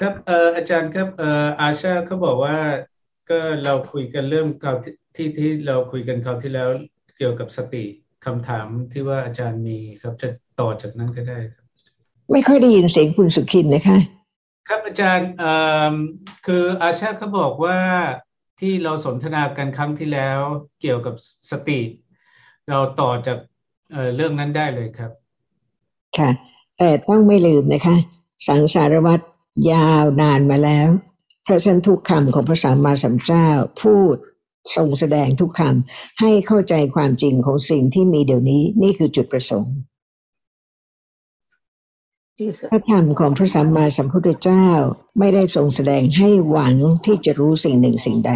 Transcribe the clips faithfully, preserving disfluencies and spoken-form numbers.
ครับเอ่ออาจารย์ครับเอ่ออาชาเขาบอกว่าก็เราคุยกันเรื่องคราวที่ที่ที่เราคุยกันคราวที่แล้วเกี่ยวกับสติคำถามที่ว่าอาจารย์มีครับจะต่อจากนั้นก็ได้ครับไม่ค่อยได้ยินเสียงคุณสุขินนะคะครับอาจารย์เอ่อคืออาชาเขาบอกว่าที่เราสนทนากันครั้งที่แล้วเกี่ยวกับสติเราต่อจากเอ่อเรื่องนั้นได้เลยครับค่ะแต่ต้องไม่ลืมนะคะสังสารวัฏยาวนานมาแล้วเพราะฉะนั้นทุกคำของพระสัมมาสัมพุทธเจ้าพูดทรงแสดงทุกคำให้เข้าใจความจริงของสิ่งที่มีเดี๋ยวนี้นี่คือจุดประสงค์พระธรรมของพระสัมมาสัมพุทธเจ้าไม่ได้ทรงแสดงให้หวังที่จะรู้สิ่งหนึ่งสิ่งใด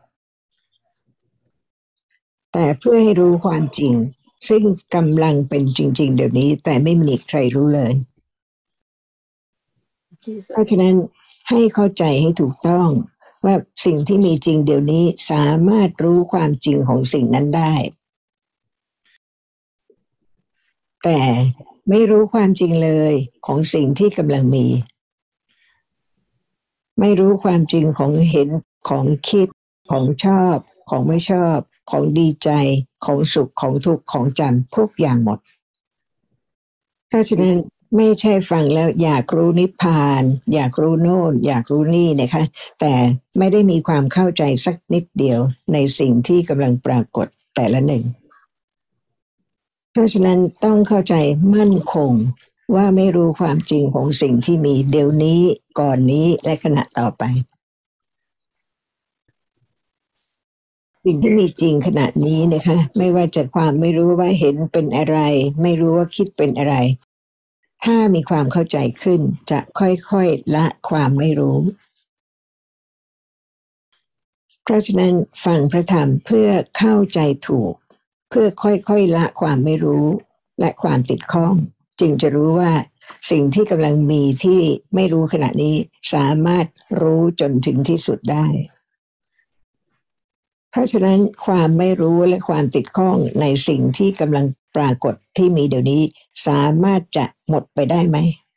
แต่เพื่อให้รู้ความจริงซึ่งกำลังเป็นจริงๆเดี๋ยวนี้แต่ไม่มีใครรู้เลยเพราะฉะนั้นให้เข้าใจให้ถูกต้องว่าสิ่งที่มีจริงเดี๋ยวนี้สามารถรู้ความจริงของสิ่งนั้นได้แต่ไม่รู้ความจริงเลยของสิ่งที่กำลังมีไม่รู้ความจริงของเห็นของคิดของชอบของไม่ชอบของดีใจของสุขของทุกข์ของจำทุกอย่างหมดเพราะฉะนั้นไม่ใช่ฟังแล้วอยากรู้นิพพานอยากรู้โน่นอยากรู้นี่นะคะแต่ไม่ได้มีความเข้าใจสักนิดเดียวในสิ่งที่กำลังปรากฏแต่ละหนึ่งเพราะฉะนั้นต้องเข้าใจมั่นคงว่าไม่รู้ความจริงของสิ่งที่มีเดี๋ยวนี้ก่อนนี้และขณะต่อไปสิ่งที่มีจริงขณะนี้นะคะไม่ว่าจะความไม่รู้ว่าเห็นเป็นอะไรไม่รู้ว่าคิดเป็นอะไรถ้ามีความเข้าใจขึ้นจะค่อยๆละความไม่รู้เพราะฉะนั้นฟังพระธรรมเพื่อเข้าใจถูกเพื่อค่อยๆละความไม่รู้และความติดข้องจึงจะรู้ว่าสิ่งที่กำลังมีที่ไม่รู้ขณะนี้สามารถรู้จนถึงที่สุดได้เพราะฉะนั้นความไม่รู้และความติดข้องในสิ่งที่กำลังปรากฏที่มีเดี๋ยวนี้สามารถจะหมดไปได้ไหม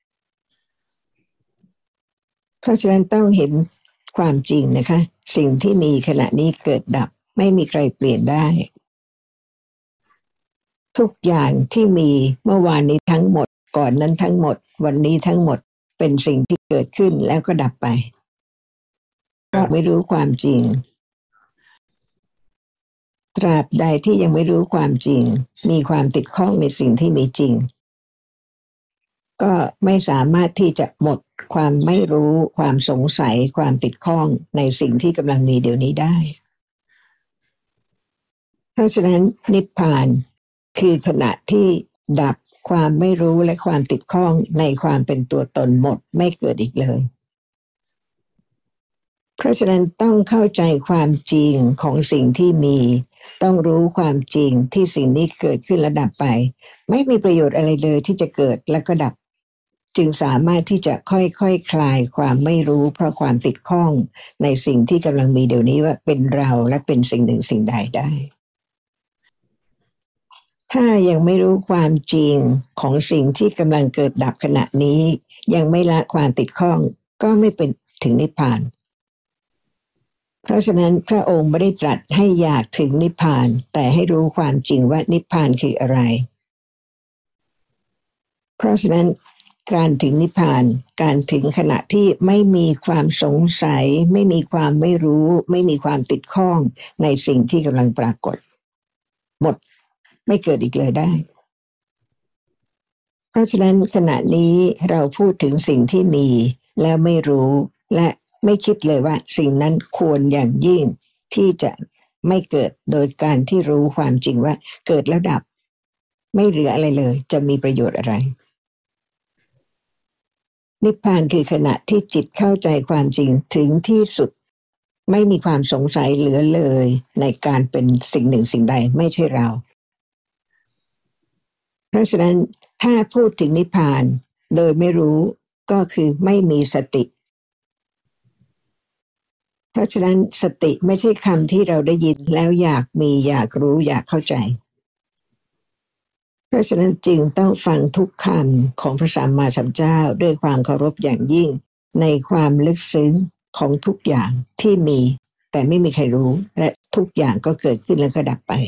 เพราะฉะนั้นต้องเห็นความจริงนะคะสิ่งที่มีขณะนี้เกิดดับไม่มีใครเปลี่ยนได้ทุกอย่างที่มีเมื่อวานนี้ทั้งหมดก่อนนั้นทั้งหมดวันนี้ทั้งหมดเป็นสิ่งที่เกิดขึ้นแล้วก็ดับไปเพราะไม่รู้ความจริงตราบใดที่ยังไม่รู้ความจริงมีความติดข้องในสิ่งที่มีจริงก็ไม่สามารถที่จะหมดความไม่รู้ความสงสัยความติดข้องในสิ่งที่กำลังมีเดี๋ยวนี้ได้เพราะฉะนั้นนิพพานคือขณะที่ดับความไม่รู้และความติดข้องในความเป็นตัวตนหมดไม่เกิดอีกเลยเพราะฉะนั้นต้องเข้าใจความจริงของสิ่งที่มีต้องรู้ความจริงที่สิ่งนี้เกิดขึ้นและดับไปไม่มีประโยชน์อะไรเลยที่จะเกิดแล้วก็ดับจึงสามารถที่จะค่อยๆ ค, คลายความไม่รู้เพราะความติดข้องในสิ่งที่กำลังมีเดี๋ยวนี้ว่าเป็นเราและเป็นสิ่งหนึ่งสิ่งใดได้ถ้ายังไม่รู้ความจริงของสิ่งที่กำลังเกิดดับขณะนี้ยังไม่ละความติดข้องก็ไม่เป็นถึงนิพพานเพราะฉะนั้นพระองค์ไม่ได้ตรัสให้อยากถึงนิพพานแต่ให้รู้ความจริงว่านิพพานคืออะไรเพราะฉะนั้นการถึงนิพพานการถึงขณะที่ไม่มีความสงสัยไม่มีความไม่รู้ไม่มีความติดข้องในสิ่งที่กำลังปรากฏหมดไม่เกิดอีกเลยได้เพราะฉะนั้นขณะนี้เราพูดถึงสิ่งที่มีแล้วไม่รู้และไม่คิดเลยว่าสิ่งนั้นควรอย่างยิ่งที่จะไม่เกิดโดยการที่รู้ความจริงว่าเกิดแล้วดับไม่เหลืออะไรเลยจะมีประโยชน์อะไรนิพพานคือขณะที่จิตเข้าใจความจริงถึงที่สุดไม่มีความสงสัยเหลือเลยในการเป็นสิ่งหนึ่งสิ่งใดไม่ใช่เราเพราะฉะนั้นถ้าพูดถึงนิพพานโดยไม่รู้ก็คือไม่มีสติเพราะฉะนั้นสติไม่ใช่คำที่เราได้ยินแล้วอยากมีอยากรู้อยากเข้าใจเพราะฉะนั้นจึงต้องฟังทุกคำของพระสัมมาสัมพุทธเจ้าด้วยความเคารพอย่างยิ่งในความลึกซึ้งของทุกอย่างที่มีแต่ไม่มีใครรู้และทุกอย่างก็เกิดขึ้นแล้วก็ดับไป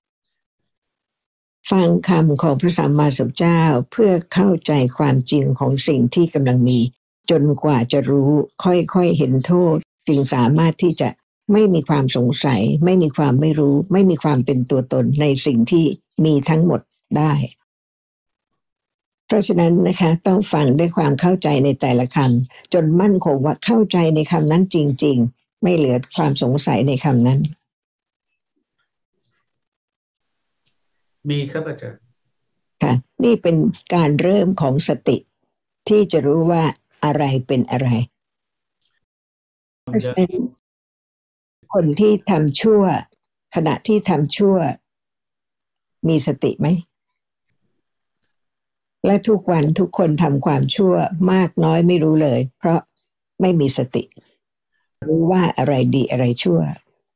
ฟังคำของพระสัมมาสัมพุทธเจ้าเพื่อเข้าใจความจริงของสิ่งที่กำลังมีจนกว่าจะรู้ค่อยๆเห็นโทษจึงสามารถที่จะไม่มีความสงสัยไม่มีความไม่รู้ไม่มีความเป็นตัวตนในสิ่งที่มีทั้งหมดได้เพราะฉะนั้นนะคะต้องฟังด้วยความเข้าใจในแต่ละคำจนมั่นคงว่าเข้าใจในคำนั้นจริงๆไม่เหลือความสงสัยในคำนั้นมีครับอาจารย์ค่ะนี่เป็นการเริ่มของสติที่จะรู้ว่าอะไรเป็นอะไรเพราะฉะนั้นคนที่ทำชั่วขณะที่ทำชั่วมีสติไหมและทุกวันทุกคนทำความชั่วมากน้อยไม่รู้เลยเพราะไม่มีสติรู้ว่าอะไรดีอะไรชั่ว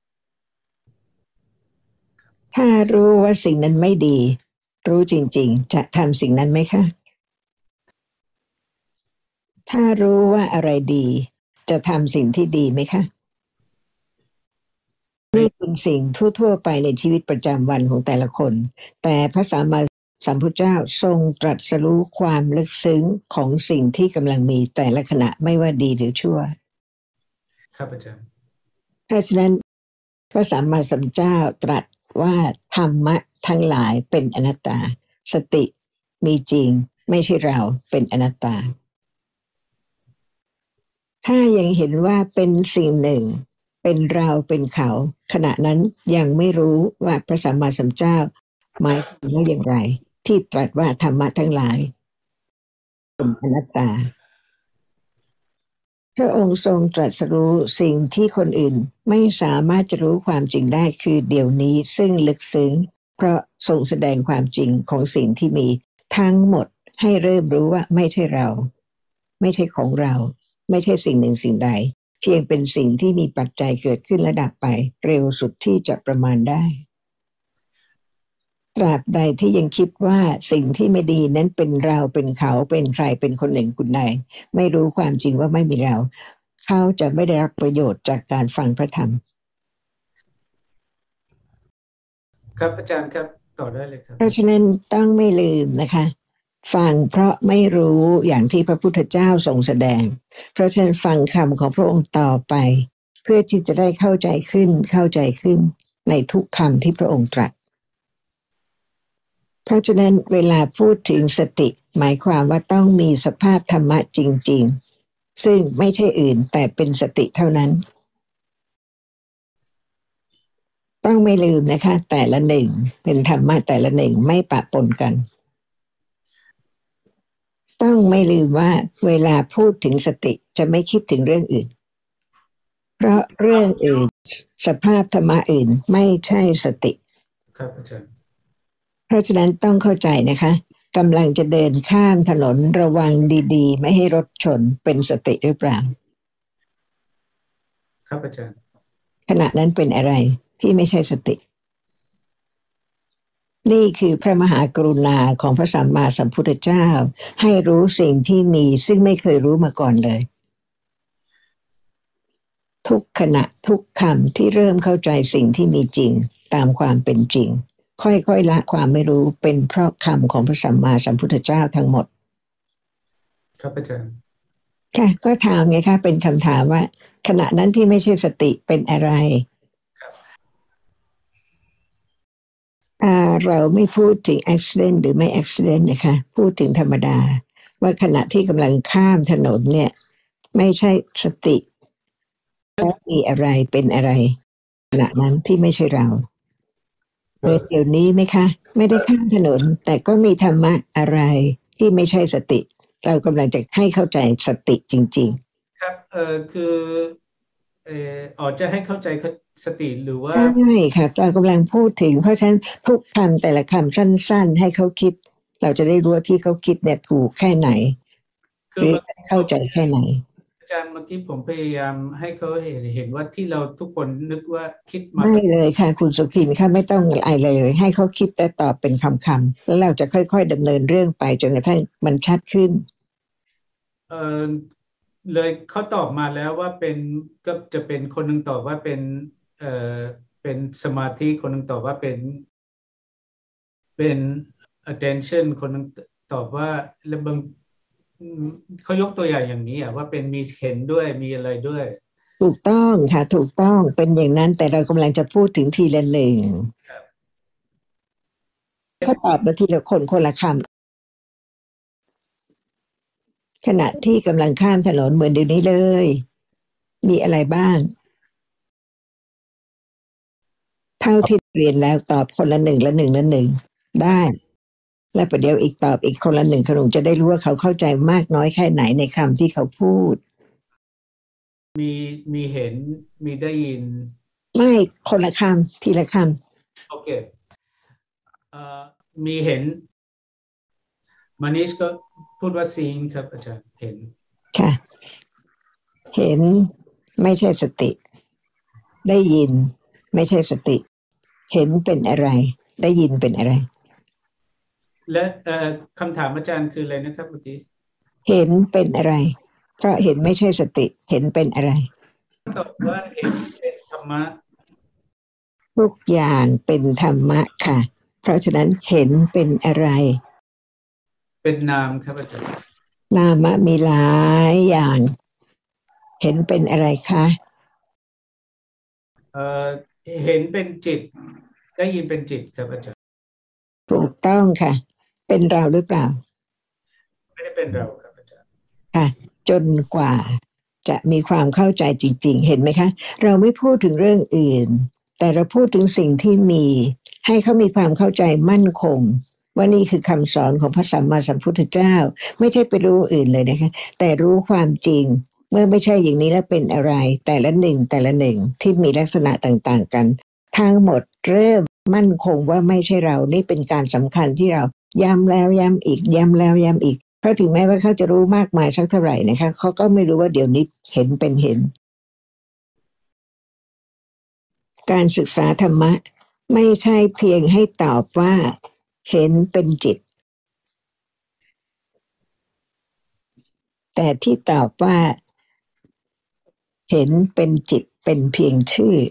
ถ้ารู้ว่าสิ่งนั้นไม่ดีรู้จริงๆจะทำสิ่งนั้นไหมคะถ้ารู้ว่าอะไรดีจะทำสิ่งที่ดีไหมคะนี่เป็นสิ่งทั่วๆไปในชีวิตประจำวันของแต่ละคนแต่พระสัมมาสัมพุทธเจ้าทรงตรัสรู้ความลึกซึ้งของสิ่งที่กำลังมีแต่ละขณะไม่ว่าดีหรือชั่วครับอาจารย์เพราะฉะนั้นพระสัมมาสัมพุทธเจ้าตรัสว่าธรรมะทั้งหลายเป็นอนัตตาสติมีจริงไม่ใช่เราเป็นอนัตตาถ้ายังเห็นว่าเป็นสิ่งหนึ่งเป็นเราเป็นเขาขณะนั้นยังไม่รู้ว่าพระสัมมาสัมพุทธเจ้าหมายถึงว่าอย่างไรที่ตรัสว่าธรรมะทั้งหลายเป็นอนัตตาพระองค์ทรงตรัสรู้สิ่งที่คนอื่นไม่สามารถจะรู้ความจริงได้คือเดี๋ยวนี้ซึ่งลึกซึ้งเพราะทรงแสดงความจริงของสิ่งที่มีทั้งหมดให้เริ่มรู้ว่าไม่ใช่เราไม่ใช่ของเราไม่ใช่สิ่งหนึ่งสิ่งใดเพียงเป็นสิ่งที่มีปัจจัยเกิดขึ้นและดับไปเร็วสุดที่จะประมาณได้ตราบใดที่ยังคิดว่าสิ่งที่ไม่ดีนั้นเป็นเราเป็นเขาเป็นใครเป็นคนหนึ่งคนใดไม่รู้ความจริงว่าไม่มีเราเขาจะไม่ได้รับประโยชน์จากการฟังพระธรรมครับอาจารย์ครับต่อได้เลยครับเพราะฉะนั้นต้องไม่ลืมนะคะฟังเพราะไม่รู้อย่างที่พระพุทธเจ้าทรงแสดงเพราะฉะนั้นฟังคำของพระองค์ต่อไปเพื่อที่จะได้เข้าใจขึ้นเข้าใจขึ้นในทุกคำที่พระองค์ตรัสเพราะฉะนั้นเวลาพูดถึงสติหมายความว่าต้องมีสภาพธรรมะจริงๆซึ่งไม่ใช่อื่นแต่เป็นสติเท่านั้นต้องไม่ลืมนะคะแต่ละหนึ่งเป็นธรรมะแต่ละหนึ่งไม่ปะปนกันต้องไม่ลืมว่าเวลาพูดถึงสติจะไม่คิดถึงเรื่องอื่นเพราะเรื่องอื่นสภาพธรรมะอื่นไม่ใช่สติครับอาจารย์เพราะฉะนั้นต้องเข้าใจนะคะกำลังจะเดินข้ามถนนระวังดีๆไม่ให้รถชนเป็นสติหรือเปล่าครับอาจารย์ขณะนั้นเป็นอะไรที่ไม่ใช่สตินี่คือพระมหากรุณาของพระสัมมาสัมพุทธเจ้าให้รู้สิ่งที่มีซึ่งไม่เคยรู้มาก่อนเลยทุกขณะทุกคำที่เริ่มเข้าใจสิ่งที่มีจริงตามความเป็นจริงค่อยๆละความไม่รู้เป็นเพราะคำของพระสัมมาสัมพุทธเจ้าทั้งหมดครับอาจารย์ค่ะก็ถามไงคะเป็นคำถามว่าขณะนั้นที่ไม่ใช่สติเป็นอะไรเราไม่พูดถึง accident หรือไม่ accident นะคะพูดถึงธรรมดาว่าขณะที่กำลังข้ามถนนเนี่ยไม่ใช่สติแล้วมีอะไรเป็นอะไรขณะนั้นที่ไม่ใช่เราเดี๋ยวนี้ไหมคะไม่ได้ข้ามถนนแต่ก็มีธรรมะอะไรที่ไม่ใช่สติเรากำลังจะให้เข้าใจสติจริงๆครับเออคือเอออ๋อจะให้เข้าใจสติหรือว่าใช่ค่ะเรากำลังพูดถึงเพราะฉะนั้นทุกคำแต่ละคำสั้นๆให้เขาคิดเราจะได้รู้ว่าที่เขาคิดเนี่ยถูกแค่ไหนหรือเข้าใจแค่ไหนอาจารย์เมื่อกี้ผมพยายามให้เขาเห็นเห็นว่าที่เราทุกคนนึกว่าคิดมาไม่เลยค่ะคุณสุขินค่ะไม่ต้องอะไรเลยให้เขาคิดแต่ตอบเป็นคำๆแล้วเราจะค่อยๆดำเนินเรื่องไปจนกระทั่งมันชัดขึ้นเออเลยเขาตอบมาแล้วว่าเป็นก็จะเป็นคนหนึ่งตอบว่าเป็นเอ่อเป็นสมาธิคนหนึ่งตอบว่าเป็นเป็น attention คนหนึ่งตอบว่าแล้วบางเขายกตัวอย่างอย่างนี้อ่ะว่าเป็นมีเห็นด้วยมีอะไรด้วยถูกต้องค่ะถูกต้องเป็นอย่างนั้นแต่เรากำลังจะพูดถึงทีละหนึ่งถ้าตอบมาทีละคนคนละคำขณะที่กำลังข้ามถนนเหมือนเดี๋ยวนี้เลยมีอะไรบ้างเท่าที่เรียนแล้วตอบคนละหนึ่งละหนึ่งละหนึ่งได้และประเดี๋ยวอีกตอบอีกคนละหนึ่งขนมจะได้รู้ว่าเขาเข้าใจมากน้อยแค่ไหนในคำที่เขาพูดมีมีเห็นมีได้ยินไม่คนละคำทีละคโอเคเอ่อมีเห็นมานิชก็พูดว่า seeing ครับอาจารย์เห็นำค่ะเห็นไม่ใช่สติได้ยินไม่ใช่สติเห็นเป็นอะไรได้ยินเป็นอะไรและเอ่อคำถามอาจารย์คืออะไรนะครับเมื่อกี้เห็นเป็นอะไรเพราะเห็นไม่ใช่สติเห็นเป็นอะไรตอบว่าเห็นเป็นธรรมะทุกอย่างเป็นธรรมะค่ะเพราะฉะนั้นเห็นเป็นอะไรเป็นนามครับอาจารย์นามะมีหลายอย่างเห็นเป็นอะไรคะเอ่อเห็นเป็นจิตได้ยินเป็นจิตครับอาจารย์ถูกต้องค่ะเป็นเราหรือเปล่าไม่ได้เป็นเราครับอาจารย์ค่ะจนกว่าจะมีความเข้าใจจริงๆเห็นไหมคะเราไม่พูดถึงเรื่องอื่นแต่เราพูดถึงสิ่งที่มีให้เขามีความเข้าใจมั่นคงว่านี่คือคำสอนของพระสัมมาสัมพุทธเจ้าไม่ใช่ไปรู้อื่นเลยนะคะแต่รู้ความจริงเมื่อไม่ใช่อย่างนี้แล้วเป็นอะไรแต่ละหนึ่งแต่ละหนึ่งที่มีลักษณะต่างๆกันทั้งหมดเริ่มมั่นคงว่าไม่ใช่เรานี่เป็นการสำคัญที่เราย้ำแล้วย้ำอีกย้ำแล้วย้ำอีกเพราะถึงแม้ว่าเขาจะรู้มากมายสักเท่าไหร่นะคะเขาก็ไม่รู้ว่าเดี๋ยวนี้เห็นเป็นเห็นการศึกษาธรรมะไม่ใช่เพียงให้ตอบว่าเห็นเป็นจิตแต่ที่ตอบว่าเห็นเป็นจิตเป็นเพียงชื่อ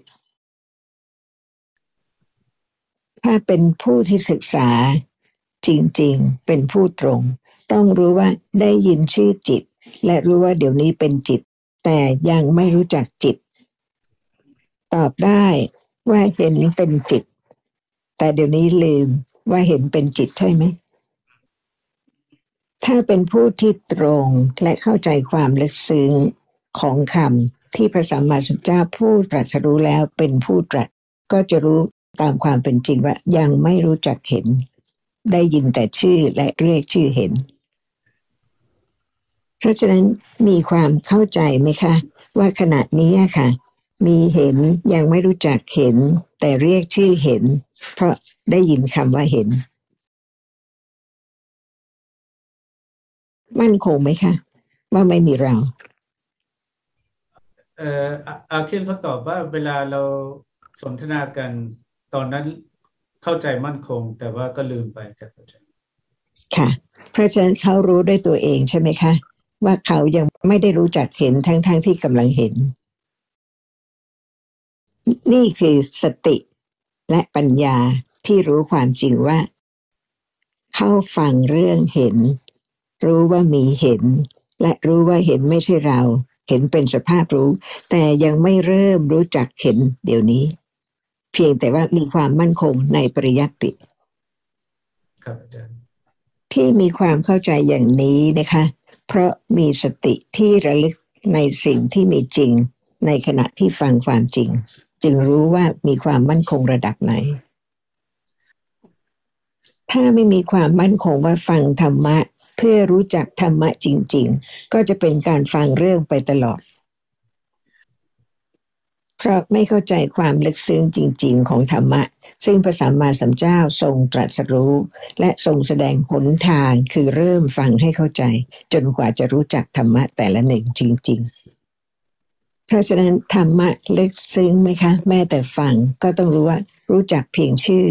ถ้าเป็นผู้ที่ศึกษาจริงๆเป็นผู้ตรงต้องรู้ว่าได้ยินชื่อจิตและรู้ว่าเดี๋ยวนี้เป็นจิตแต่ยังไม่รู้จักจิตตอบได้ว่าเห็นเป็นจิตแต่เดี๋ยวนี้ลืมว่าเห็นเป็นจิตใช่ไหมถ้าเป็นผู้ที่ตรงและเข้าใจความลึกซึ้งของคำที่พระสัมมาสัมพุทธเจ้าผู้ตรัสรู้แล้วเป็นผู้ตรัสก็จะรู้ตามความเป็นจริงว่ายังไม่รู้จักเห็นได้ยินแต่ชื่อและเรียกชื่อเห็นเพราะฉะนั้นมีความเข้าใจไหมคะว่าขณะนี้ค่ะมีเห็นยังไม่รู้จักเห็นแต่เรียกชื่อเห็นเพราะได้ยินคำว่าเห็นมั่นคงไหมคะว่าไม่มีเราเอ่ออาเคนเขาตอบว่าเวลาเราสนทนากันตอนนั้นเข้าใจมั่นคงแต่ว่าก็ลืมไปครับอาจารย์ค่ะเพราะฉะนั้นเขารู้ด้วยตัวเองใช่ไหมคะว่าเขายังไม่ได้รู้จักเห็นทั้งๆ ทที่กำลังเห็นนี่คือสติและปัญญาที่รู้ความจริงว่าเข้าฟังเรื่องเห็นรู้ว่ามีเห็นและรู้ว่าเห็นไม่ใช่เราเห็นเป็นสภาพรู้แต่ยังไม่เริ่มรู้จักเห็นเดี๋ยวนี้เพียงแต่ว่ามีความมั่นคงในปริยัติครับอาจารย์ที่มีความเข้าใจอย่างนี้นะคะเพราะมีสติที่ระลึกในสิ่งที่มีจริงในขณะที่ฟังความจริงจึงรู้ว่ามีความมั่นคงระดับไหนถ้าไม่มีความมั่นคงว่าฟังธรรมะเพื่อรู้จักธรรมะจริงๆก็จะเป็นการฟังเรื่องไปตลอดเพราะไม่เข้าใจความลึกซึ้งจริงๆของธรรมะซึ่งพระสัมมาสัมพุทธเจ้าทรงตรัสรู้และทรงแสดงหนทางคือเริ่มฟังให้เข้าใจจนกว่าจะรู้จักธรรมะแต่ละหนึ่งจริงๆเพราะฉะนั้นธรรมะลึกซึ้งไหมคะแม้แต่ฟังก็ต้องรู้ว่ารู้จักเพียงชื่อ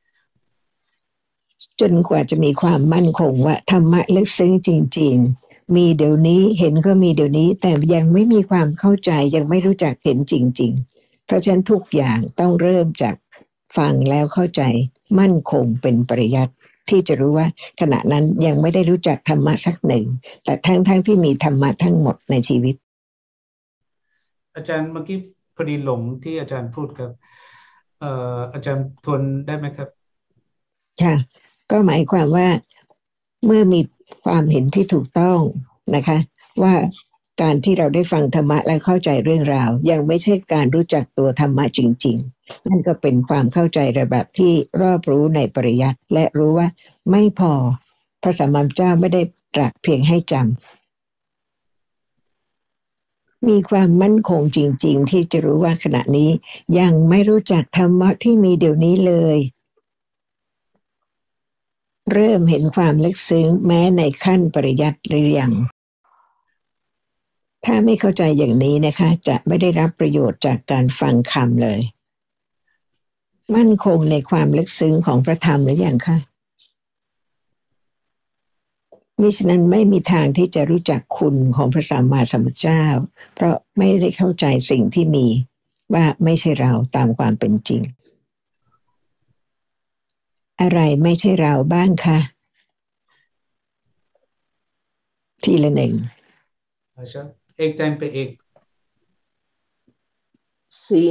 จนกว่าจะมีความมั่นคงว่าธรรมะลึกซึ้งจริงๆมีเดี๋ยวนี้เห็นก็มีเดี๋ยวนี้แต่ยังไม่มีความเข้าใจยังไม่รู้จักเห็นจริงๆเพราะฉะนั้นทุกอย่างต้องเริ่มจากฟังแล้วเข้าใจมั่นคงเป็นปริยัติที่จะรู้ว่าขณะนั้นยังไม่ได้รู้จักธรรมะสักหนึ่งแต่ทั้งๆ ทที่มีธรรมะทั้งหมดในชีวิตอาจารย์เมื่อกี้พอดีหลงที่อาจารย์พูดครับเอ่ออาจารย์ทวนได้ไหมครับค่ะก็หมายความว่าเมื่อมีความเห็นที่ถูกต้องนะคะว่าการที่เราได้ฟังธรรมะและเข้าใจเรื่องราวยังไม่ใช่การรู้จักตัวธรรมะจริงๆนั่นก็เป็นความเข้าใจระดับที่รอบรู้ในปริยัติและรู้ว่าไม่พอพระสัมมาสัมพุทธเจ้าไม่ได้ตรัสเพียงให้จำมีความมั่นคงจริงๆที่จะรู้ว่าขณะนี้ยังไม่รู้จักธรรมะที่มีเดี๋ยวนี้เลยเริ่มเห็นความลึกซึ้งแม้ในขั้นปริยัติหรือยังถ้าไม่เข้าใจอย่างนี้นะคะจะไม่ได้รับประโยชน์จากการฟังคำเลยมั่นคงในความลึกซึ้งของพระธรรมหรือยังคะมิฉะนั้นไม่มีทางที่จะรู้จักคุณของพระสัมมาสัมพุทธเจ้าเพราะไม่ได้เข้าใจสิ่งที่มีว่าไม่ใช่เราตามความเป็นจริงอะไรไม่ใช่เราบ้างคะทีละหนึ่ง अच्छा एक टाइम पे एक सी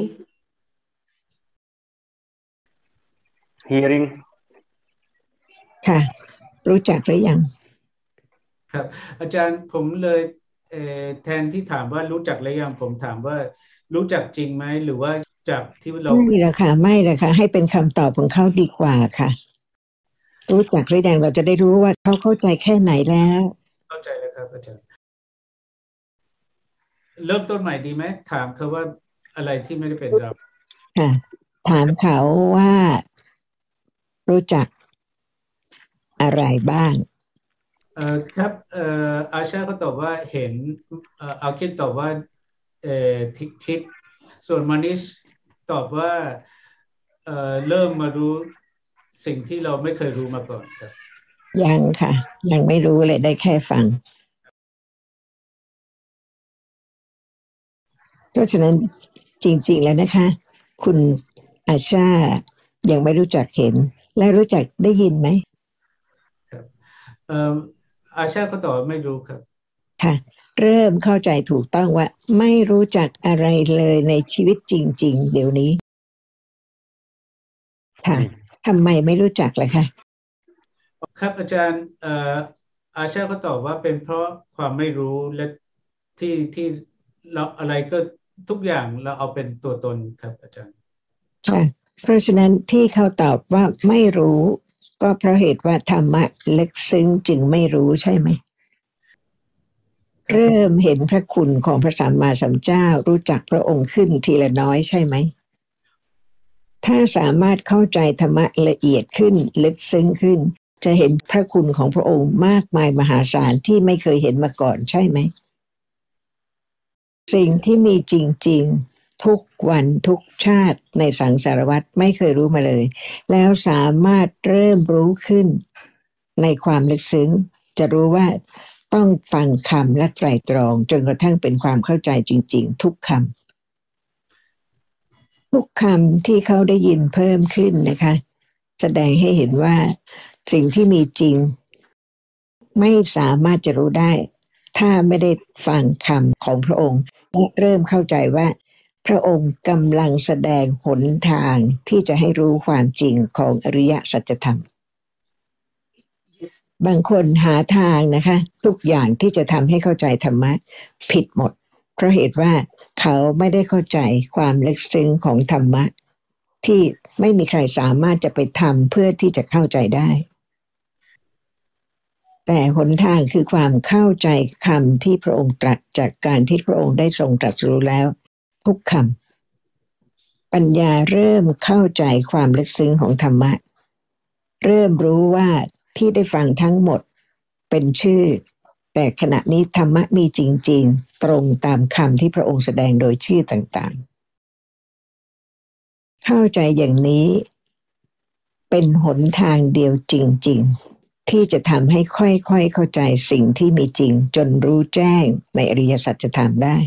hearing ค่ะรู้จักหรือยังครับอาจารย์ผมเลยเอ่อแทนที่ถามว่ารู้จักหรือยังผมถามว่ารู้จักจริงไหมหรือว่าจากที่เราไม่ละค่ะไม่ละค่ะให้เป็นคำตอบของเขาดีกว่าค่ะรู้จักหรือยังเราจะได้รู้ว่าเขาเข้าใจแค่ไหนแล้วเข้าใจแล้วครับอาจารย์เริ่มต้นใหม่ดีไหมถามเขาว่าอะไรที่ไม่ได้เป็นเราค่ะถามเขาว่ารู้จักอะไรบ้างเอ่อครับเอ่ออาชาก็ตอบว่าเห็นเอ่ออาคิดตอบว่าเอ่อทิคิดส่วนมานิชตอบว่าเอ่อเริ่มมารู้สิ่งที่เราไม่เคยรู้มาก่อนครับยังค่ะยังไม่รู้เลยได้แค่ฟังเพราะฉะนั้นจริงๆแล้วนะคะคุณอาชายังไม่รู้จักเห็นและรู้จักได้ยินไหมครับเอ่ออาชาก็ตอบว่าไม่รู้ครับค่ะเริ่มเข้าใจถูกต้องว่าไม่รู้จักอะไรเลยในชีวิตจริงๆเดี๋ยวนี้ค่ะทำไมไม่รู้จักล่ะคะครับอาจารย์เอ่ออาชาก็ตอบว่าเป็นเพราะความไม่รู้และที่ที่เราอะไรก็ทุกอย่างเราเอาเป็นตัวตนครับอาจารย์ค่ะเพราะฉะนั้นที่เขาตอบว่าไม่รู้ก็เพราะเหตุว่าธรรมะลึกซึ้งจึงไม่รู้ใช่ไหมเริ่มเห็นพระคุณของพระสัมมาสัมพุทธเจ้ารู้จักพระองค์ขึ้นทีละน้อยใช่ไหมถ้าสามารถเข้าใจธรรมะละเอียดขึ้นลึกซึ้งขึ้นจะเห็นพระคุณของพระองค์มากมายมหาศาลที่ไม่เคยเห็นมาก่อนใช่ไหมสิ่งที่มีจริงๆทุกวันทุกชาติในสังสารวัฏไม่เคยรู้มาเลยแล้วสามารถเริ่มรู้ขึ้นในความลึกซึ้งจะรู้ว่าต้องฟังคำและไตร่ตรองจนกระทั่งเป็นความเข้าใจจริงๆทุกคำทุกคำที่เขาได้ยินเพิ่มขึ้นนะคะแสดงให้เห็นว่าสิ่งที่มีจริงไม่สามารถจะรู้ได้ถ้าไม่ได้ฟังคำของพระองค์และเริ่มเข้าใจว่าพระองค์กำลังแสดงหนทางที่จะให้รู้ความจริงของอริยสัจธรรมบางคนหาทางนะคะทุกอย่างที่จะทำให้เข้าใจธรรมะผิดหมดเพราะเหตุว่าเขาไม่ได้เข้าใจความลึกซึ้งของธรรมะที่ไม่มีใครสามารถจะไปทำเพื่อที่จะเข้าใจได้แต่หนทางคือความเข้าใจคำที่พระองค์ตรัสจากการที่พระองค์ได้ทรงตรัสรู้แล้วทุกคำปัญญาเริ่มเข้าใจความลึกซึ้งของธรรมะเริ่มรู้ว่าที่ได้ฟังทั้งหมดเป็นชื่อแต่ขณะนี้ธรรมะมีจริงๆตรงตามคำที่พระองค์แสดงโดยชื่อต่างๆเข้าใจอย่างนี้เป็นหนทางเดียวจริงๆที่จะทำให้ค่อยๆเข้าใจสิ่งที่มีจริงจนรู้แจ้งในอริยสัจธรรมได้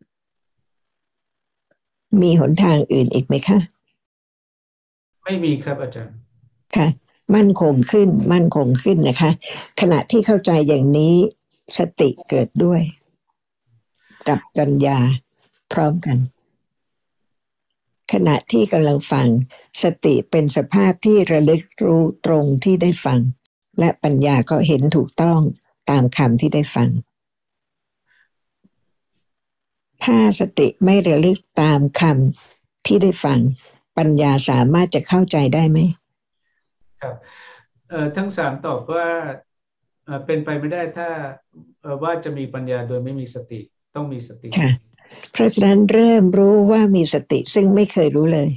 มีหนทางอื่นอีกไหมคะไม่มีครับอาจารย์ค่ะมั่นคงขึ้นมั่นคงขึ้นนะคะขณะที่เข้าใจอย่างนี้สติเกิดด้วยกับปัญญาพร้อมกันขณะที่กำลังฟังสติเป็นสภาพที่ระลึกรู้ตรงที่ได้ฟังและปัญญาก็เห็นถูกต้องตามคำที่ได้ฟังถ้าสติไม่ระลึกตามคำที่ได้ฟังปัญญาสามารถจะเข้าใจได้ไหมครับเอ่อทั้งสามตอบว่าเอ่อเป็นไปไม่ได้ถ้าเอ่อว่าจะมีปัญญาโดยไม่มีสติต้องมีสติค่ะเพราะฉะนั้นเริ่มรู้ว่ามีสติซึ่งไม่เคยรู้เลย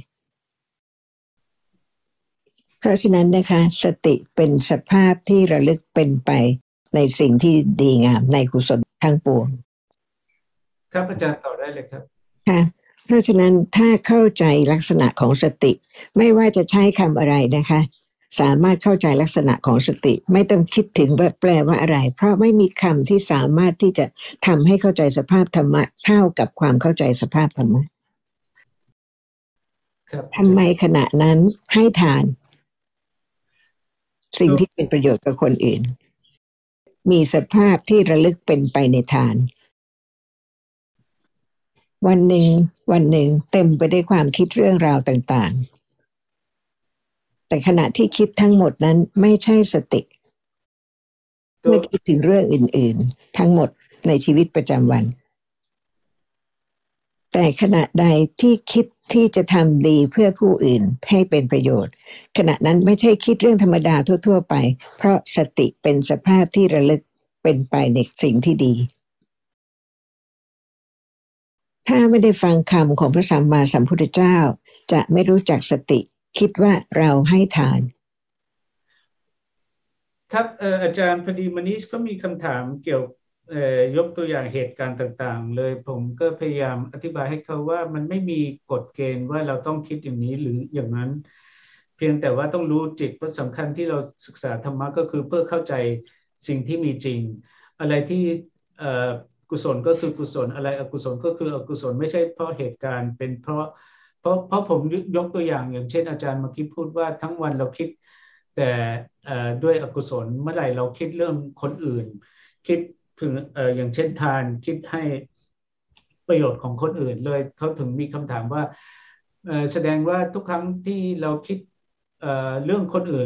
เพราะฉะนั้นนะคะสติเป็นสภาพที่ระลึกเป็นไปในสิ่งที่ดีงามในกุศลทั้งปวงครับอาจารย์ต่อได้เลยครับค่ะเพราะฉะนั้นถ้าเข้าใจลักษณะของสติไม่ว่าจะใช้คำอะไรนะคะสามารถเข้าใจลักษณะของสติไม่ต้องคิดถึงว่าแปลว่าอะไรเพราะไม่มีคำที่สามารถที่จะทำให้เข้าใจสภาพธรรมะเท่ากับความเข้าใจสภาพธรรมะทำไมขณะนั้นให้ทานสิ่งที่เป็นประโยชน์กับคนอื่นมีสภาพที่ระลึกเป็นไปในทานวันหนึ่งวันหนึ่งเต็มไปด้วยความคิดเรื่องราวต่างๆแต่ขณะที่คิดทั้งหมดนั้นไม่ใช่สติไม่คิดถึงเรื่องอื่นๆทั้งหมดในชีวิตประจำวันแต่ขณะใดที่คิดที่จะทำดีเพื่อผู้อื่นให้เป็นประโยชน์ขณะนั้นไม่ใช่คิดเรื่องธรรมดาทั่วๆไปเพราะสติเป็นสภาพที่ระลึกเป็นไปในสิ่งที่ดีถ้าไม่ได้ฟังคำของพระสัมมาสัมพุทธเจ้าจะไม่รู้จักสติคิดว่าเราให้ทานครับเอ่ออาจารย์พอดีมานิชก็มีคำถามเกี่ยวเอ่อยกตัวอย่างเหตุการณ์ต่างๆเลยผมก็พยายามอธิบายให้เขาว่ามันไม่มีกฎเกณฑ์ว่าเราต้องคิดอย่างนี้หรืออย่างนั้นเพียงแต่ว่าต้องรู้จิตเพราะสำคัญที่เราศึกษาธรรมะก็คือเพื่อเข้าใจสิ่งที่มีจริงอะไรที่เอ่อกุศลก็คือกุศลอะไรอกุศลก็คืออกุศลไม่ใช่เพราะเหตุการณ์เป็นเพราะเพราะเพราะผมยกตัวอย่างอย่างเช่นอาจารย์เมื่อกี้พูดว่าทั้งวันเราคิดแต่ด้วยอกุศลเมื่อไหร่เราคิดเรื่องคนอื่นคิดถึงอย่างเช่นทานคิดให้ประโยชน์ของคนอื่นเลยเขาถึงมีคำถามว่าแสดงว่าทุกครั้งที่เราคิดเรื่องคนอื่น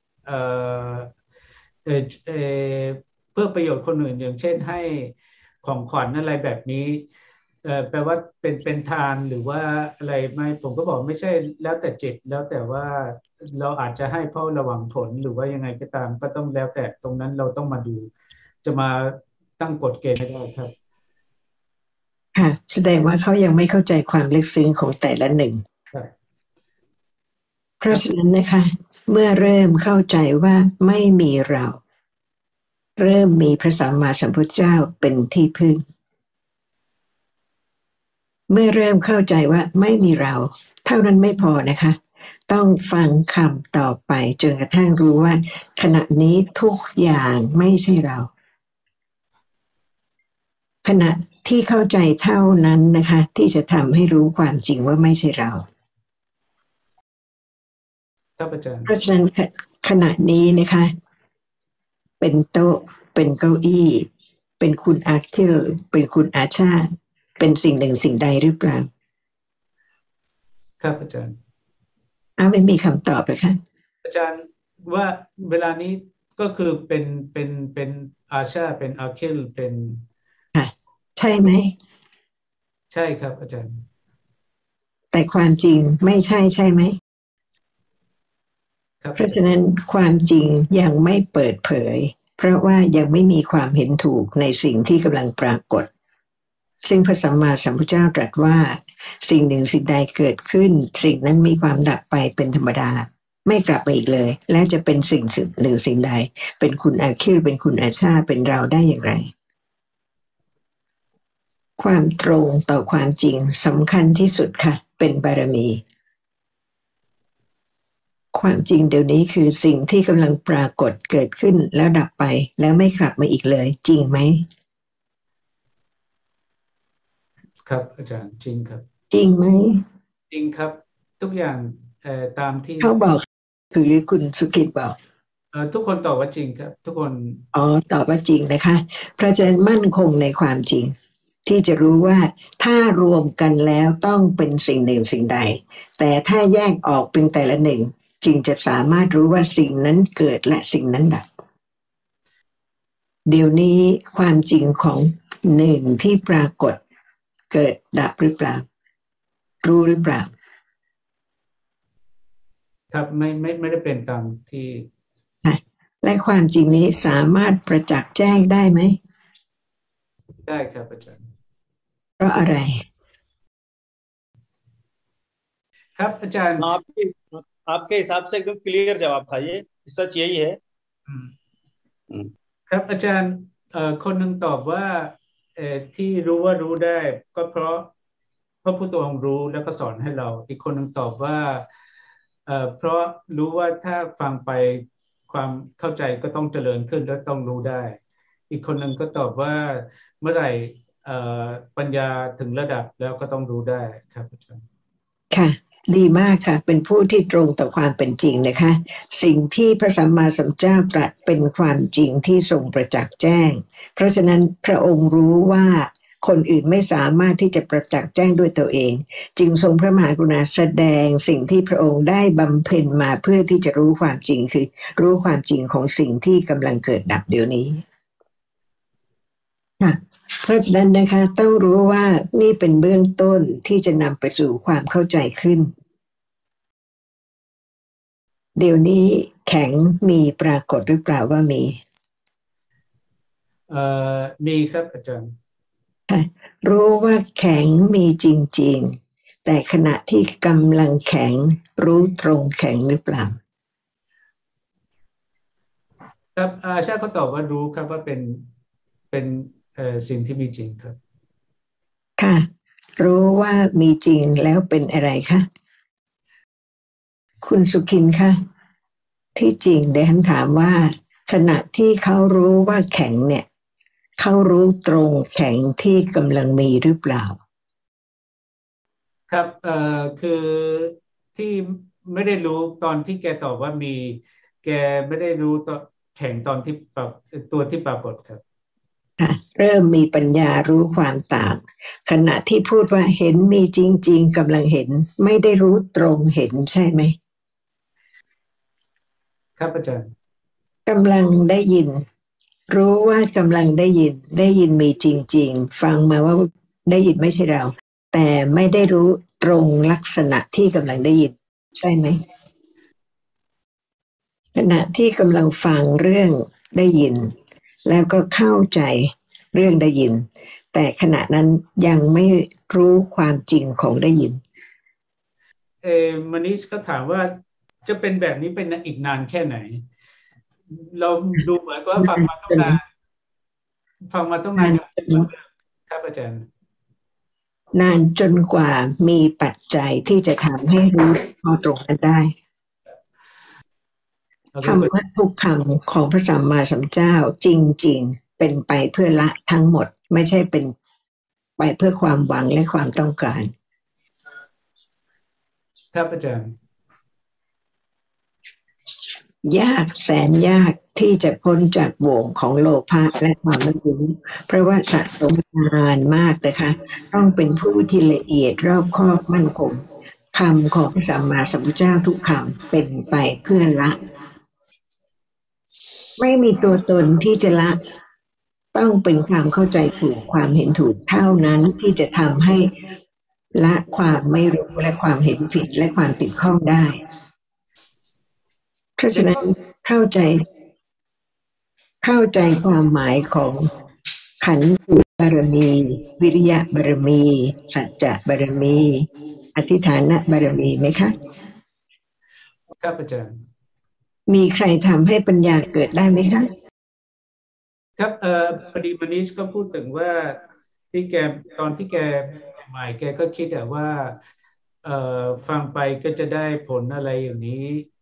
เพื่อประโยชน์คนอื่นอย่างเช่นให้ของขวัญอะไรแบบนี้แปลว่าเป็นเป็นทานหรือว่าอะไรไม่ผมก็บอกไม่ใช่แล้วแต่จิตแล้วแต่ว่าเราอาจจะให้เพราะระวังผลหรือว่ายังไงก็ตามก็ต้องแล้วแต่ตรงนั้นเราต้องมาดูจะมาตั้งกฎเกณฑ์ไม่ได้ครับค่ะแสดงว่าเขายังไม่เข้าใจความลึกซึ้งของแต่ละหนึ่งเพราะฉะนั้นนะคะเมื่อเริ่มเข้าใจว่าไม่มีเราเริ่มมีพระสัมมาสัมพุทธเจ้าเป็นที่พึ่งเมื่อเริ่มเข้าใจว่าไม่มีเราเท่านั้นไม่พอนะคะต้องฟังคำต่อไปจนกระทั่งรู้ว่าขณะนี้ทุกอย่างไม่ใช่เราขณะที่เข้าใจเท่านั้นนะคะที่จะทำให้รู้ความจริงว่าไม่ใช่เราครับอาจารย์เพราะฉะนั้นขณะนี้นะคะเป็นโต๊ะเป็นเก้าอี้เป็นคุณอาร์เคิลเป็นคุณอาชาติเป็นสิ่งหนึ่งสิ่งใดหรือเปล่าครับอาจารย์อ้าวไม่มีคำตอบเลยค่ะอาจารย์ว่าเวลานี้ก็คือเป็นเป็นเป็นอาชาเป็นอาคิลเป็นค่ะใช่ไหมใช่ครับอาจารย์แต่ความจริงไม่ใช่ใช่ไหมครับเพราะฉะนั้นความจริงยังไม่เปิดเผยเพราะว่ายังไม่มีความเห็นถูกในสิ่งที่กำลังปรากฏซึ่งพระสัมมาสัมพุทธเจ้าตรัสว่าสิ่งหนึ่งสิ่งใดเกิดขึ้นสิ่งนั้นมีความดับไปเป็นธรรมดาไม่กลับมาอีกเลยและจะเป็นสิ่งหนึ่งสิ่งใดเป็นคุณอาคิลเป็นคุณอาชาเป็นเราได้อย่างไรความตรงต่อความจริงสำคัญที่สุดค่ะเป็นบารมีความจริงเดี๋ยวนี้คือสิ่งที่กำลังปรากฏเกิดขึ้นแล้วดับไปแล้วไม่กลับมาอีกเลยจริงไหมครับอาจารย์จริงครับจริงไหมจริงครับทุกอย่างเอ่อตามที่เขาบอกคือหรือคุณสุกิตบอกเอ่อทุกคนตอบว่าจริงครับทุกคนอ๋อตอบว่าจริงนะคะเพราะฉะนั้นมั่นคงในความจริงที่จะรู้ว่าถ้ารวมกันแล้วต้องเป็นสิ่งหนึ่งสิ่งใดแต่ถ้าแยกออกเป็นแต่ละหนึ่งจึงจะสามารถรู้ว่าสิ่งนั้นเกิดและสิ่งนั้นดับเดี๋ยวนี้ความจริงของหนึ่งที่ปรากฏเกิดดับหรือเปล่ารู้หรือเปล่าครับไม่ไม่ไม่ได้เป็นตามที่และความจริงนี้สามารถประจักษ์แจ้งได้ไหมได้ครับอาจารย์เพราะอะไรครับอาจารย์ आपके आपके हिसाब से एकदम क्लियर जवाब था ये सच यही है ครับอาจารย์เอ่อคนหนึ่งตอบว่าเอ่อที่รู้ว่ารู้ได้ก็เพราะพระพุทธองค์รู้แล้วก็สอนให้เราอีกคนหนึ่งตอบว่าเอ่อเพราะรู้ว่าถ้าฟังไปความเข้าใจก็ต้องเจริญขึ้นและต้องรู้ได้อีกคนหนึ่งก็ตอบว่าเมื่อไหร่เอ่อปัญญาถึงระดับแล้วก็ต้องรู้ได้ครับอาจารย์ค่ะดีมากค่ะเป็นผู้ที่ตรงต่อความเป็นจริงนะคะสิ่งที่พระสัมมาสัมพุทธเจ้าตรัสเป็นความจริงที่ทรงประจักษ์แจ้งเพราะฉะนั้นพระองค์รู้ว่าคนอื่นไม่สามารถที่จะประจักษ์แจ้งด้วยตัวเองจึงทรงพระมหากรุณาแสดงสิ่งที่พระองค์ได้บำเพ็ญมาเพื่อที่จะรู้ความจริงคือรู้ความจริงของสิ่งที่กำลังเกิดดับเดี๋ยวนี้ค่ะเพราะฉะนั้นนะคะต้องรู้ว่านี่เป็นเบื้องต้นที่จะนำไปสู่ความเข้าใจขึ้นเดี๋ยวนี้แข็งมีปรากฏหรือเปล่าว่ามีเอ่อมีครับอาจารย์รู้ว่าแข็งมีจริงๆแต่ขณะที่กำลังแข็งรู้ตรงแข็งหรือเปล่าครับอาชาก็ตอบว่ารู้ครับว่าเป็นเป็นเอ่อสิ่งที่มีจริงครับค่ะรู้ว่ามีจริงแล้วเป็นอะไรคะคุณสุขินคะที่จริงเดี๋ยวฉันถามว่าขณะที่เขารู้ว่าแข็งเนี่ยเขารู้ตรงแข็งที่กำลังมีหรือเปล่าครับเอ่อคือที่ไม่ได้รู้ตอนที่แกตอบว่ามีแกไม่ได้รู้ตอนแข่งตอนที่ปรับตัวที่ปรากฏครับค่ะเริ่มมีปัญญารู้ความต่างขณะที่พูดว่าเห็นมีจริงๆกำลังเห็นไม่ได้รู้ตรงเห็นใช่ไหมครับอาจารย์กำลังได้ยินรู้ว่ากำลังได้ยินได้ยินมีจริงๆฟังมาว่าได้ยินไม่ใช่เราแต่ไม่ได้รู้ตรงลักษณะที่กำลังได้ยินใช่ไหมขณะที่กำลังฟังเรื่องได้ยินแล้วก็เข้าใจเรื่องได้ยินแต่ขณะนั้นยังไม่รู้ความจริงของได้ยินเออมนิชก็ถามว่าจะเป็นแบบนี้เป็นอีกนานแค่ไหนเราดูเหมือนว่าฟังมาต้องนานฟังมาต้องนานครับอาจารย์นานจนกว่ามีปัจจัยที่จะทำให้รู้พอตรงกันได้ธรรมะทุกคำของพระสัมมาสัมพุทธเจ้าจริงๆเป็นไปเพื่อละทั้งหมดไม่ใช่เป็นไปเพื่อความหวังและความต้องการครับอาจารย์ยากแสนยากที่จะพ้นจากบ่วงของโลภะและความไม่รู้เพราะว่าสะสมนานมากนะคะต้องเป็นผู้ที่ละเอียดรอบคอบมั่นคงคำของพระสัมมาสัมพุทธเจ้าทุกคำเป็นไปเพื่อละไม่มีตัวตนที่จะละต้องเป็นความเข้าใจถูกความเห็นถูกเท่านั้นที่จะทำให้ละความไม่รู้และความเห็นผิดและความติดข้องได้เพราะฉะนั้นเข้าใจเข้าใจความหมายของขันติบารมีวิริยะบารมีสัจจะบารมีอธิฐานบารมีไหมคะครับอาจารย์มีใครทำให้ปัญญาเกิดได้ไหมคะครับเอ่อพอดีมนิชก็พูดถึงว่าที่แกตอนที่แกใหม่แกก็คิดอะว่าเอ่อฟังไปก็จะได้ผลอะไรอย่างนี้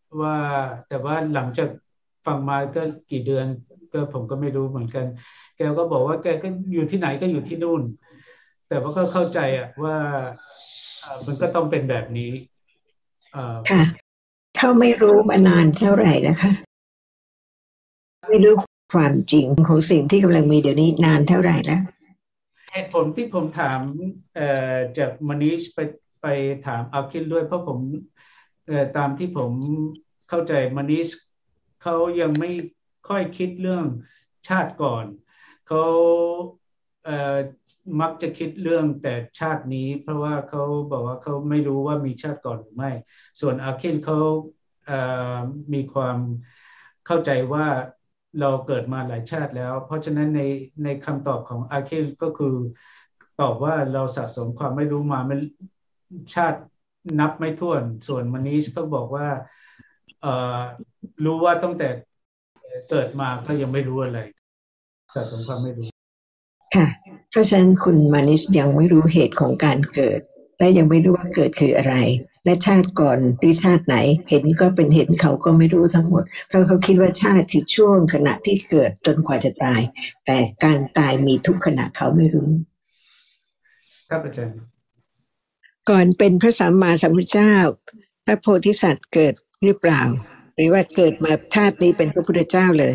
ว่าแต่ว่าหลังจากฟังมาก็กี่เดือนก็ผมก็ไม่รู้เหมือนกันแกก็บอกว่าแกก็อยู่ที่ไหนก็อยู่ที่นู่นแต่ว่าก็เข้าใจอะว่ามันก็ต้องเป็นแบบนี้ค่ะเขาไม่รู้มานานเท่าไหร่นะคะไม่รู้ความจริงของสิ่งที่กำลังมีเดี๋ยวนี้นานเท่าไหร่แล้วเหตุผลที่ผมถามจากมนีชไปไปถามอาคินด้วยเพราะผมตามที่ผมเข้าใจมนีชเขายังไม่ค่อยคิดเรื่องชาติก่อนเขาเอ่อมักจะคิดเรื่องแต่ชาตินี้เพราะว่าเขาบอกว่าเขาไม่รู้ว่ามีชาติก่อนหรือไม่ส่วนอาคินเขาเอ่อมีความเข้าใจว่าเราเกิดมาหลายชาติแล้วเพราะฉะนั้นในในคำตอบของอาคินก็คือตอบว่าเราสะสมความไม่รู้มาไม่ชาตินับไม่ถ้วนส่วนมนีชก็บอกว่าเอ่อรู้ว่าตั้งแต่เกิดมาก็ยังไม่รู้อะไรสะสมความไม่รู้ค่ะเพราะฉะนั้นคุณมานิชยังไม่รู้เหตุของการเกิดและยังไม่รู้ว่าเกิดคืออะไรและชาติก่อนหรือชาติไหนเห็นก็เป็นเห็นเขาก็ไม่รู้ทั้งหมดเพราะเขาคิดว่าชาติคือช่วงขณะที่เกิดจนกว่าจะตายแต่การตายมีทุกขณะเขาไม่รู้ครับอาจารย์ก่อนเป็นพระสัมมาสัมพุทธเจ้าพระโพธิสัตว์เกิดหรือเปล่าหรือว่าเกิดมาชาตินี้เป็นพระพุทธเจ้าเลย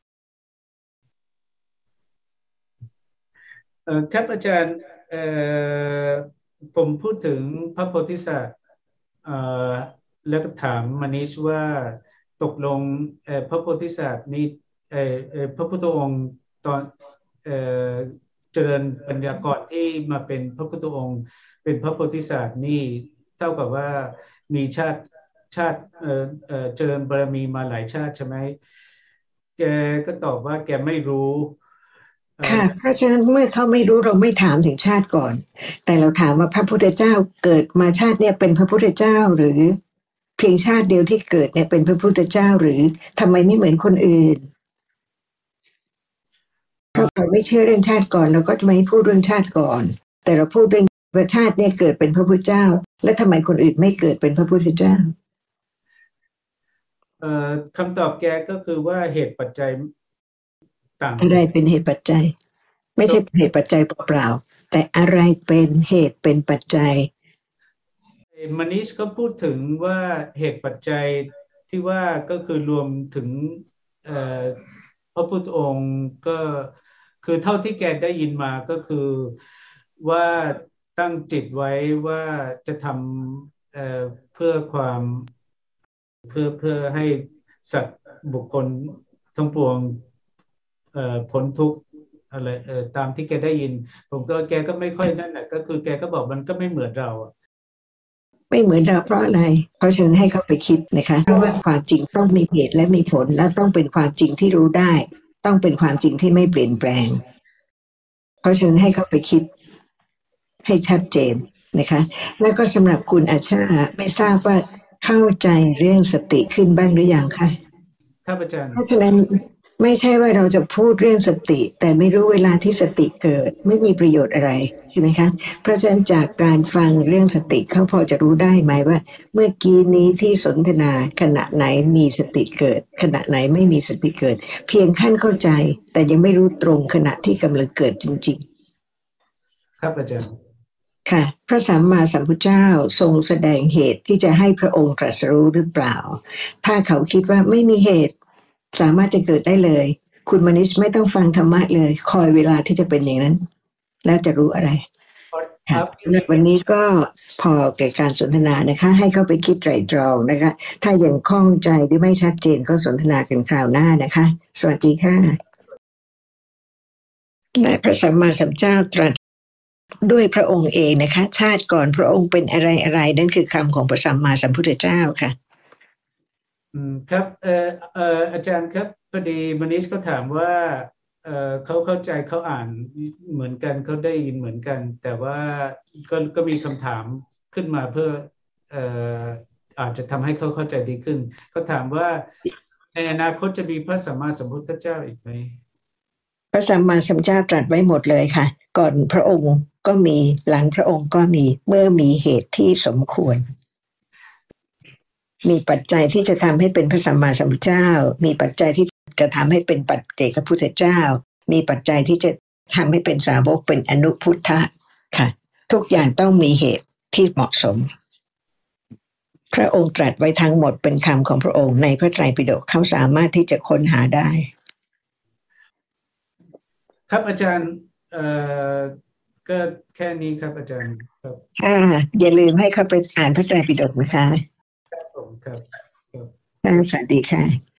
เอ่อครับอาจารย์เอ่อผมพูดถึงพระโพธิสัตว์เอ่อแล้วก็ถามมนิชว่าตกลงเอ่อพระโพธิสัตว์นี่เอ่อเอ่อพระพุทธองค์ตอนเอ่อเจริญปัญญาก่อนที่มาเป็นพระพุทธองค์เป็นพระโพธิสัตว์นี่เท่ากับว่ามีชาติชาติเอ่อเอ่อเจริญบารมีมาหลายชาติใช่ไหมแกก็ตอบว่าแกไม่รู้ค่ะเพราะฉะนั้นเมื่อเขาไม่รู้เราไม่ถามถึงชาติก่อนแต่เราถามว่าพระพุทธเจ้าเกิดมาชาติเนี่ยเป็นพระพุทธเจ้าหรือเพียงชาติเดียวที่เกิดเนี่ยเป็นพระพุทธเจ้าหรือทำไมไม่เหมือนคนอื่นเพราะเราไม่เชื่อเรื่องชาติก่อนเราก็จะไม่พูดเรื่องชาติก่อนแต่เราพูดเรื่องว่าชาติเนี่ยเกิดเป็นพระพุทธเจ้าและทำไมคนอื่นไม่เกิดเป็นพระพุทธเจ้าเอ่อคำตอบแกก็คือว่าเหตุปัจจัยต่างอะไรเป็นเหตุปัจจัยไม่ใช่เหตุปัจจัยเปล่าๆแต่อะไรเป็นเหตุเป็นปัจจัยมนิชก็พูดถึงว่าเหตุปัจจัยที่ว่าก็คือรวมถึงพระพุทธองค์ก็คือเท่าที่แกได้ยินมาก็คือว่าตั้งจิตไว้ว่าจะทำเพื่อความเพื่อเพื่อให้สัตว์บุคคลทั้งปวงพ้นทุกข์อะไรตามที่แกได้ยินผมก็แกก็ไม่ค่อยนั่นแหละก็คือแกก็บอกมันก็ไม่เหมือนเราไม่เหมือนเราเพราะอะไรเพราะฉะนั้นให้เขาไปคิดนะคะเพราะว่าความจริงต้องมีเหตุและมีผลและต้องเป็นความจริงที่รู้ได้ต้องเป็นความจริงที่ไม่เปลี่ยนแปลงเพราะฉะนั้นให้เขาไปคิดให้ชัดเจนนะคะแล้วก็สำหรับคุณอาชาไม่ทราบว่าเข้าใจเรื่องสติขึ้นบ้างหรือยังคะครับอาจารย์เพราะฉะนั้นไม่ใช่ว่าเราจะพูดเรื่องสติแต่ไม่รู้เวลาที่สติเกิดไม่มีประโยชน์อะไรใช่ไหมคะเพราะฉะนั้นจากการฟังเรื่องสติเขาพอจะรู้ได้ไหมว่าเมื่อกี้นี้ที่สนทนาขณะไหนมีสติเกิดขณะไหนไม่มีสติเกิดเพียงขั้นเข้าใจแต่ยังไม่รู้ตรงขณะที่กำลังเกิดจริงๆครับอาจารย์ค่ะพระสัมมาสัมพุทธเจ้าทรงแสดงเหตุที่จะให้พระองค์ตรัสรู้หรือเปล่าถ้าเขาคิดว่าไม่มีเหตุสามารถจะเกิดได้เลยคุณมนิชไม่ต้องฟังธรรมะเลยคอยเวลาที่จะเป็นอย่างนั้นแล้วจะรู้อะไรค่ะวันนี้ก็พอแก่การสนทนานะคะให้เข้าไปคิดไตรตรองนะคะถ้ายังข้องใจหรือไม่ชัดเจนก็สนทนากันคราวหน้านะคะสวัสดีค่ะและพระสัมมาสัมพุทธเจ้าตรัสด้วยพระองค์เองนะคะชาติก่อนพระองค์เป็นอะไรอะไรนั่นคือคำของพระสัมมาสัมพุทธเจ้าค่ะอืมครับเอ่อเอ่ออาจารย์ครับพอดีมนิชก็ถามว่าเอ่อเขาเข้าใจเขาอ่านเหมือนกันเขาได้ยินเหมือนกันแต่ว่าก็ก็มีคำถามขึ้นมาเพื่อเอ่ออาจจะทำให้เขาเข้าใจดีขึ้นเขาถามว่าในอนาคตจะมีพระสัมมาสัมพุทธเจ้าอีกไหมพระสัมมาสัมพุทธเจ้าตรัสไว้หมดเลยค่ะก่อนพระองค์ก็มีหลังพระองค์ก็มีเมื่อมีเหตุที่สมควรมีปัจจัยที่จะทำให้เป็นพระสัมมาสัมพุทธเจ้ามีปัจจัยที่จะทำให้เป็นปัจเจกพุทธเจ้ามีปัจจัยที่จะทำให้เป็นสาวกเป็นอนุพุทธะค่ะทุกอย่างต้องมีเหตุที่เหมาะสมพระองค์ตรัสไว้ทั้งหมดเป็นคำของพระองค์ในพระไตรปิฎกเขาสามารถที่จะค้นหาได้ครับอาจารย์เอ่อก็แค่นี้ครับอาจารย์ครับค่ะอย่าลืมให้เขาไปอ่านพระไตรปิฎกนะคะครับผมครับครับสวัสดีค่ะ